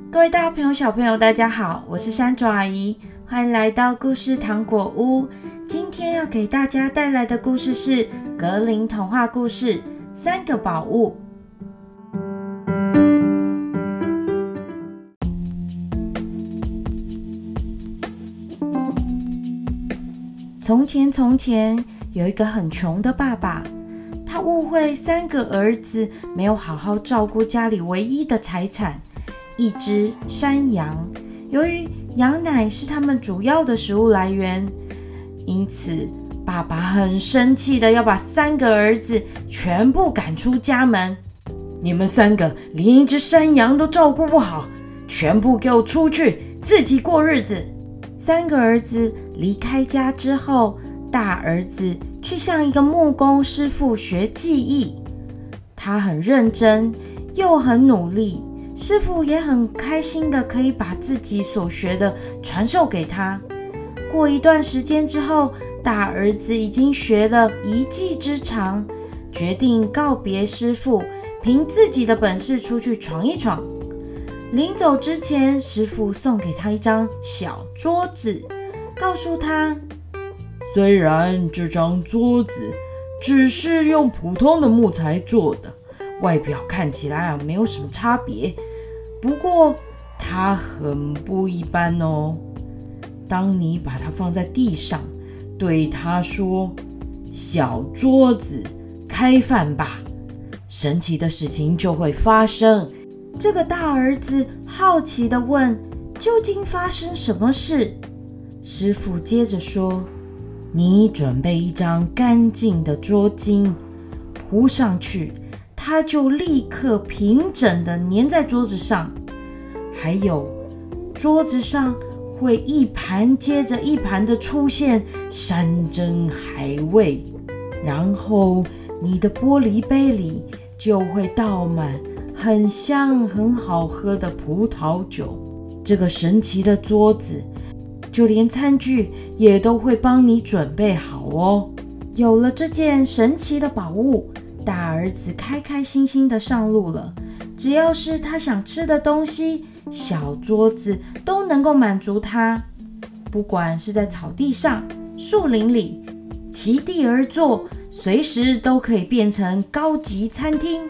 各位大朋友、小朋友，大家好，我是山竹阿姨，欢迎来到故事糖果屋。今天要给大家带来的故事是格林童话故事《三个宝物》。从前有一个很穷的爸爸，他误会3个儿子没有好好照顾家里唯一的财产，一只山羊。由于羊奶是他们主要的食物来源，因此爸爸很生气的要把3个儿子全部赶出家门。你们3个连一只山羊都照顾不好，全部给我出去，自己过日子。3个儿子离开家之后，大儿子去向一个木工师傅学技艺，他很认真又很努力，师傅也很开心的可以把自己所学的传授给他。过一段时间之后，大儿子已经学了一技之长，决定告别师傅，凭自己的本事出去闯一闯。临走之前，师傅送给他一张小桌子，告诉他， 虽然这张桌子只是用普通的木材做的，外表看起来没有什么差别，不过它很不一般哦。当你把它放在地上，对它说，小桌子开饭吧，神奇的事情就会发生。 这个大儿子好奇地问，究竟发生什么事？师傅接着说， 你准备一张干净的桌巾，铺上去，它就立刻平整地粘在桌子上。还有，桌子上会一盘接着一盘的出现山珍海味，然后你的玻璃杯里就会倒满很香很好喝的葡萄酒。这个神奇的桌子，就连餐具也都会帮你准备好哦。 有了这件神奇的宝物，大儿子开开心心地上路了。只要是他想吃的东西，小桌子都能够满足他。不管是在草地上、树林里，席地而坐，随时都可以变成高级餐厅。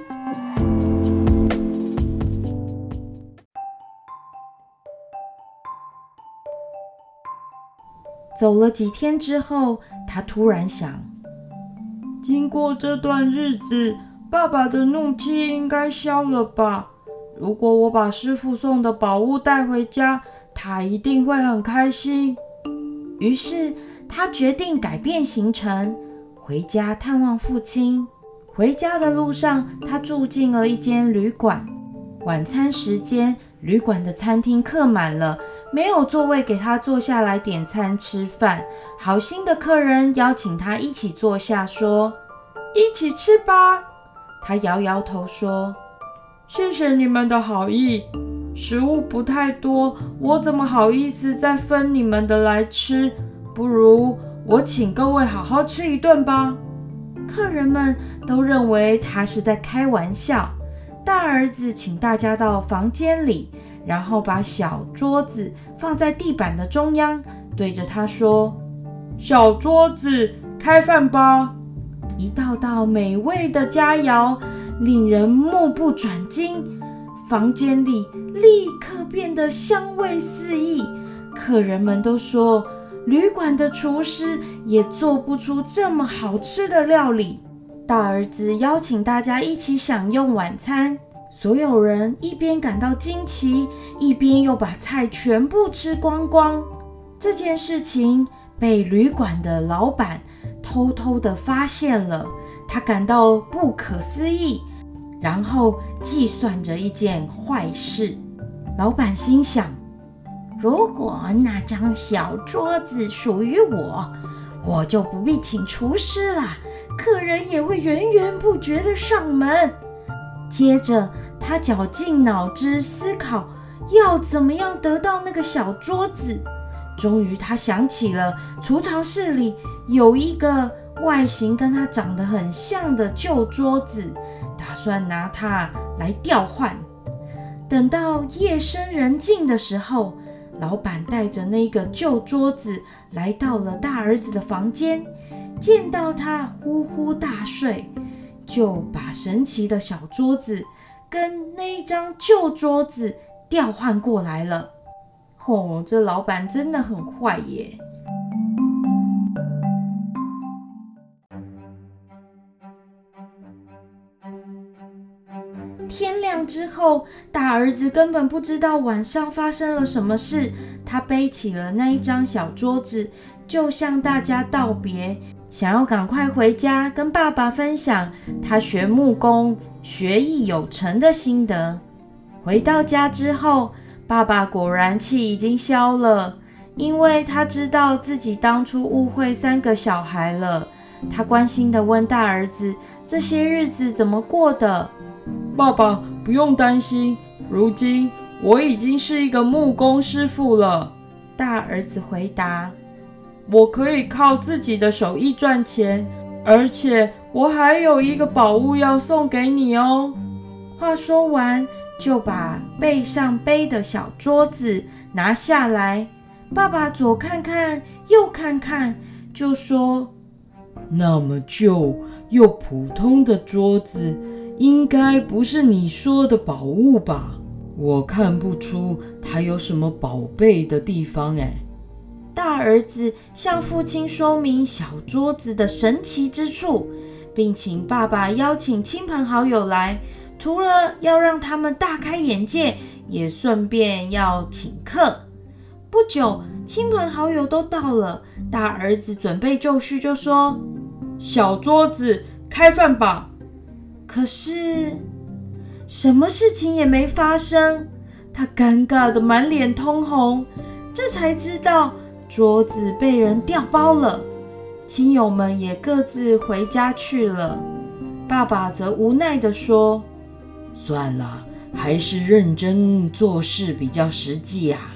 走了几天之后，他突然想， 经过这段日子，爸爸的怒气应该消了吧？如果我把师傅送的宝物带回家，他一定会很开心。 于是他决定改变行程，回家探望父亲。回家的路上，他住进了一间旅馆。晚餐时间，旅馆的餐厅客满了，没有座位给他坐下来点餐吃饭。好心的客人邀请他一起坐下，说， 一起吃吧。 他摇摇头说， 谢谢你们的好意，食物不太多，我怎么好意思再分你们的来吃？不如我请各位好好吃一顿吧。 客人们都认为他是在开玩笑。大儿子请大家到房间里，然后把小桌子放在地板的中央，对着他说， 小桌子开饭吧。 一道道美味的佳肴令人目不转睛，房间里立刻变得香味四溢。客人们都说，旅馆的厨师也做不出这么好吃的料理。大儿子邀请大家一起享用晚餐，所有人一边感到惊奇，一边又把菜全部吃光光。这件事情被旅馆的老板偷偷地发现了，他感到不可思议，然后计算着一件坏事。老板心想，如果那张小桌子属于我就不必请厨师了，客人也会源源不绝地上门。接着他绞尽脑汁思考要怎么样得到那个小桌子。终于他想起了储藏室里有一个外形跟他长得很像的旧桌子，打算拿它来调换。 等到夜深人静的时候，老板带着那个旧桌子来到了大儿子的房间，见到他呼呼大睡，就把神奇的小桌子跟那一张旧桌子调换过来了。这老板真的很坏耶。天亮之后，大儿子根本不知道晚上发生了什么事，他背起了那一张小桌子，就向大家道别，想要赶快回家跟爸爸分享他学木工学艺有成的心得。回到家之后，爸爸果然气已经消了，因为他知道自己当初误会3个小孩了。他关心地问大儿子这些日子怎么过的。 爸爸不用担心，如今我已经是一个木工师傅了。 大儿子回答， 我可以靠自己的手艺赚钱，而且我还有一个宝物要送给你哦。 话说完，就把背上背的小桌子拿下来，爸爸左看看右看看，就说， 那么旧又普通的桌子，应该不是你说的宝物吧？我看不出它有什么宝贝的地方哎。 大儿子向父亲说明小桌子的神奇之处，并请爸爸邀请亲朋好友来，除了要让他们大开眼界，也顺便要请客。不久，亲朋好友都到了，大儿子准备就绪，就说， 小桌子开饭吧。 可是什么事情也没发生，他尴尬得满脸通红，这才知道桌子被人调包了。亲友们也各自回家去了。爸爸则无奈地说， 算了，还是认真做事比较实际啊。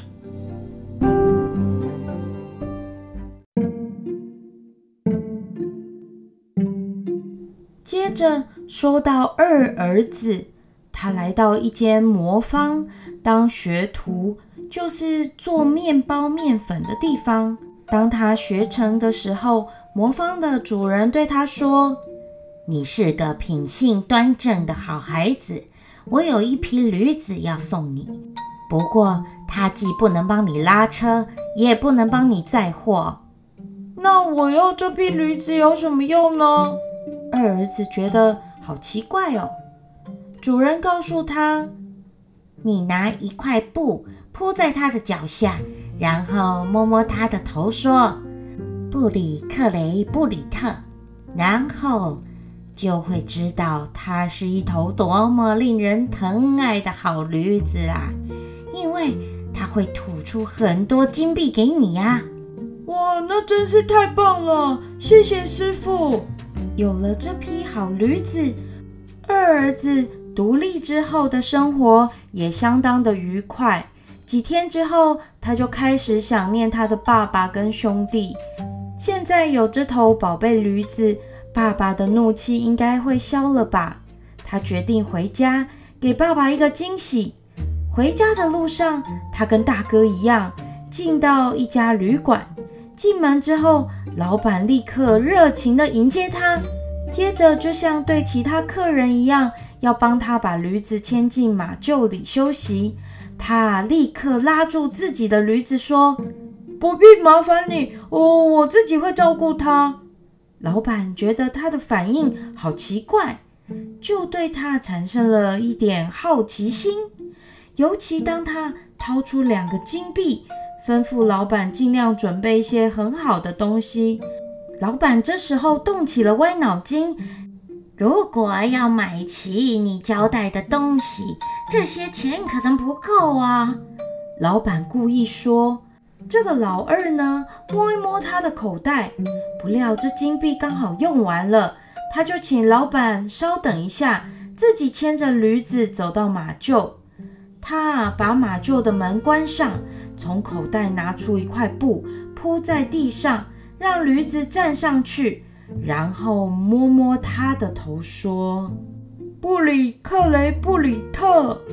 接着说到二儿子，他来到一间磨坊当学徒，就是做面包面粉的地方。当他学成的时候，磨坊的主人对他说， 你是个品性端正的好孩子，我有一匹驴子要送你，不过它既不能帮你拉车，也不能帮你载货。 那我要这匹驴子有什么用呢？二儿子觉得好奇怪哦。主人告诉他， 你拿一块布铺在他的脚下，然后摸摸他的头说，布里克雷布里特，然后就会知道它是一头多么令人疼爱的好驴子啊，因为它会吐出很多金币给你啊。 哇，那真是太棒了，谢谢师傅。 有了这匹好驴子，二儿子独立之后的生活也相当的愉快。几天之后，他就开始想念他的爸爸跟兄弟。现在有这头宝贝驴子，爸爸的怒气应该会消了吧？他决定回家，给爸爸一个惊喜。回家的路上，他跟大哥一样，进到一家旅馆。进门之后，老板立刻热情地迎接他，接着就像对其他客人一样，要帮他把驴子牵进马厩里休息。他立刻拉住自己的驴子说， 不必麻烦你，我自己会照顾它。 老板觉得他的反应好奇怪，就对他产生了一点好奇心，尤其当他掏出2个金币，吩咐老板尽量准备一些很好的东西。老板这时候动起了歪脑筋， 如果要买齐你交代的东西，这些钱可能不够啊。 老板故意说，这个老二呢，摸一摸他的口袋，不料这金币刚好用完了，他就请老板稍等一下，自己牵着驴子走到马厩。他把马厩的门关上，从口袋拿出一块布铺在地上，让驴子站上去，然后摸摸他的头说， 布里克雷布里特。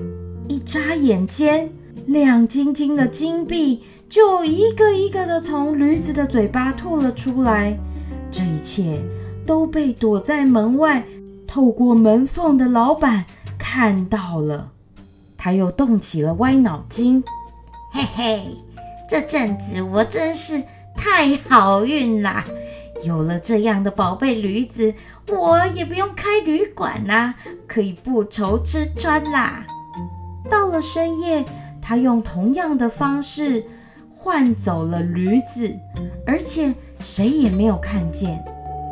一眨眼间，亮晶晶的金币就一个一个的从驴子的嘴巴吐了出来。这一切都被躲在门外透过门缝的老板看到了。他又动起了歪脑筋， 嘿嘿，这阵子我真是太好运啦！有了这样的宝贝驴子，我也不用开旅馆啦，可以不愁吃穿啦。 到了深夜，他用同样的方式换走了驴子，而且谁也没有看见。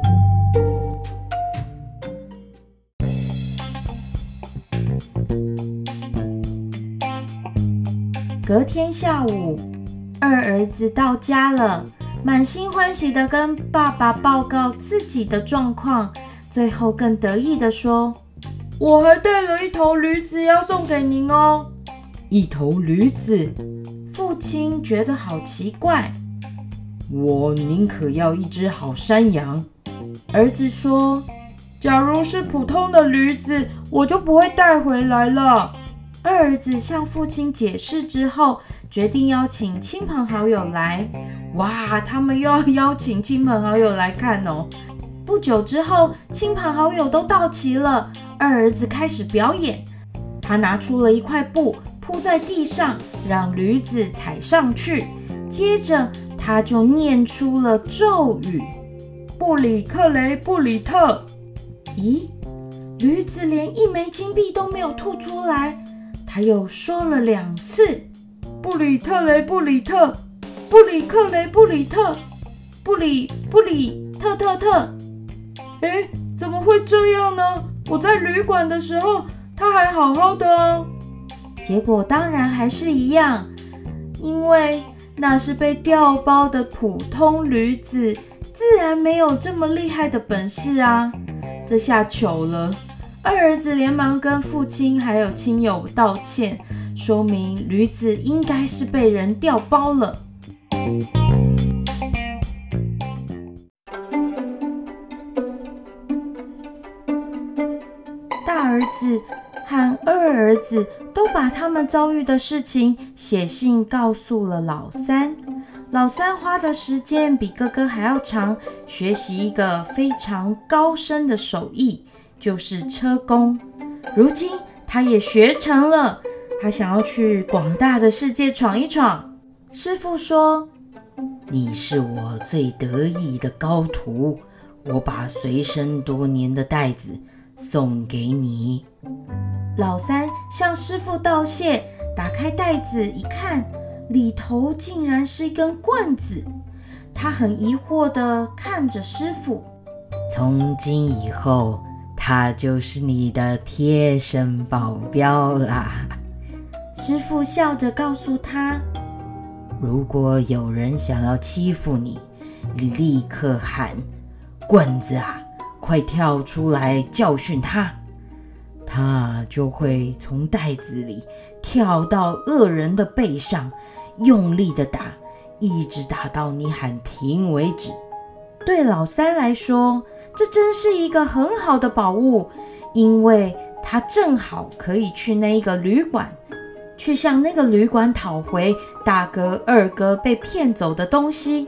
隔天下午，二儿子到家了，满心欢喜地跟爸爸报告自己的状况，最后更得意地说：“ 我还带了一头驴子要送给您哦。” 一头驴子， 父亲觉得好奇怪。 我宁可要一只好山羊。 儿子说：“ 假如是普通的驴子，我就不会带回来了。” 二儿子向父亲解释之后，决定邀请亲朋好友来。哇，他们又要邀请亲朋好友来看哦。不久之后，亲朋好友都到齐了，二儿子开始表演。他拿出了一块布铺在地上，让驴子踩上去，接着他就念出了咒语： 布里克雷布里特。 咦，驴子连一枚金币都没有吐出来。他又说了2次： 布里特雷布里特，布里克雷布里特， 布里特特特。 诶，怎么会这样呢？我在旅馆的时候，他还好好的哦。 结果当然还是一样，因为那是被调包的普通驴子，自然没有这么厉害的本事啊。这下糗了。二儿子连忙跟父亲还有亲友道歉，说明驴子应该是被人调包了。大儿子和二儿子都把他们遭遇的事情写信告诉了老三。老三花的时间比哥哥还要长，学习一个非常高深的手艺，就是车工。如今他也学成了，他想要去广大的世界闯一闯。师父说：“ 你是我最得意的高徒，我把随身多年的袋子送给你。” 老三向师父道谢，打开袋子一看，里头竟然是一根棍子。他很疑惑地看着师父：“ 从今以后，他就是你的贴身保镖啦。” 师父笑着告诉他：“ 如果有人想要欺负你，你立刻喊棍子啊，快跳出来教训他，他就会从袋子里跳到恶人的背上，用力的打，一直打到你喊停为止。” 对老三来说，这真是一个很好的宝物，因为他正好可以去那一个旅馆，去向那个旅馆讨回大哥二哥被骗走的东西。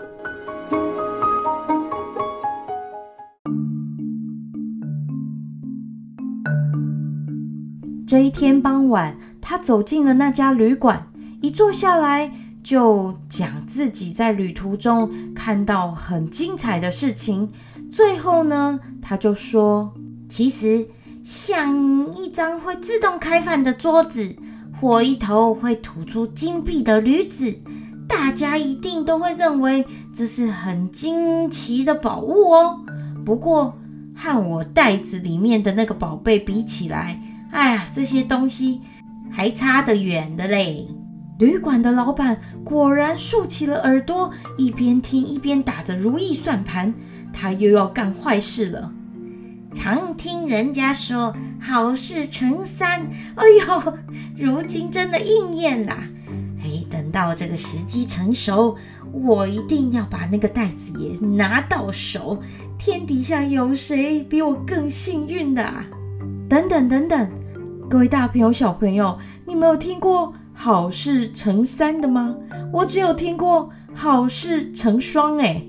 这一天傍晚，他走进了那家旅馆，一坐下来就讲自己在旅途中看到很精彩的事情。最后呢，他就说：“ 其实像一张会自动开饭的桌子，或一头会吐出金币的驴子，大家一定都会认为这是很惊奇的宝物哦。不过和我袋子里面的那个宝贝比起来，哎呀，这些东西还差得远的嘞。” 旅馆的老板果然竖起了耳朵，一边听一边打着如意算盘，他又要干坏事了。 常听人家说好事成三，哎呦，如今真的应验啦！等到这个时机成熟，我一定要把那个袋子也拿到手。天底下有谁比我更幸运的啊？ 等等， 各位大朋友小朋友，你们有听过好事成三的吗？我只有听过好事成双欸。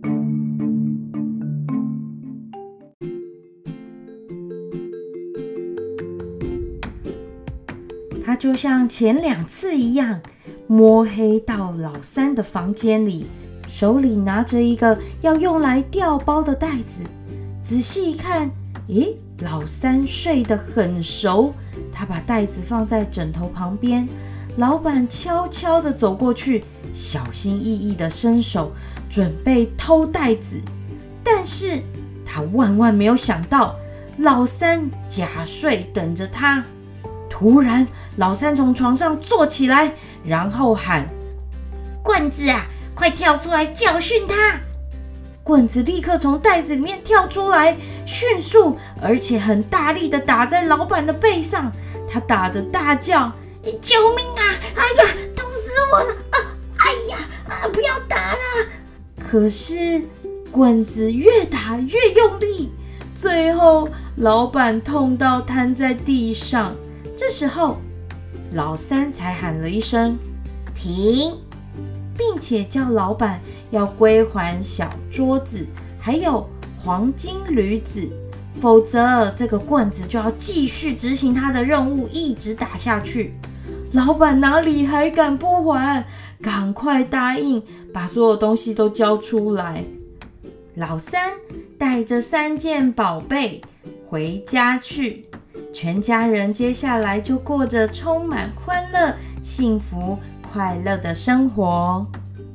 他就像前2次一样，摸黑到老三的房间里，手里拿着一个要用来调包的袋子。仔细一看，咦，老三睡得很熟。他把袋子放在枕头旁边，老板悄悄地走过去，小心翼翼地伸手准备偷袋子。但是他万万没有想到，老三假睡等着他。突然，老三从床上坐起来，然后喊： 棍子啊，快跳出来教训他！ 棍子立刻从袋子里面跳出来，迅速而且很大力的打在老板的背上。他打着大叫： 救命啊！哎呀，痛死我了！哎呀，不要打啦！ 可是棍子越打越用力，最后老板痛到瘫在地上。这时候老三才喊了一声停，并且叫老板要归还小桌子还有黄金驴子，否则这个棍子就要继续执行他的任务，一直打下去。老板哪里还敢不还，赶快答应把所有东西都交出来。老三带着3件宝贝回家去，全家人接下来就过着充满欢乐、幸福、快乐的生活。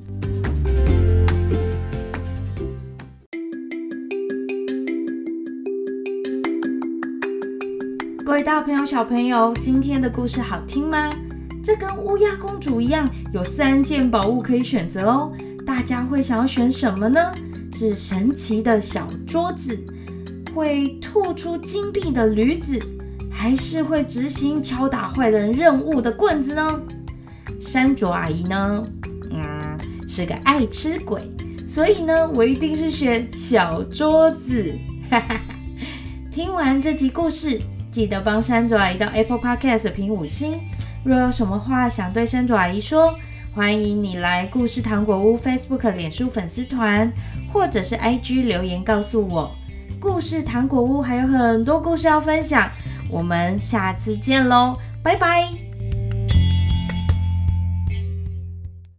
各位大朋友、小朋友，今天的故事好听吗？这跟乌鸦公主一样，有3件宝物可以选择哦。大家会想要选什么呢？是神奇的小桌子，会吐出金币的驴子，还是会执行敲打坏人任务的棍子呢？山卓阿姨呢，是个爱吃鬼，所以呢，我一定是选小桌子。听完这集故事，记得帮山卓阿姨到 Apple Podcast 评5星。若有什么话想对山卓阿姨说，欢迎你来故事糖果屋 Facebook 脸书粉丝团，或者是 IG 留言告诉我。故事糖果屋还有很多故事要分享，我们下次见咯，拜拜。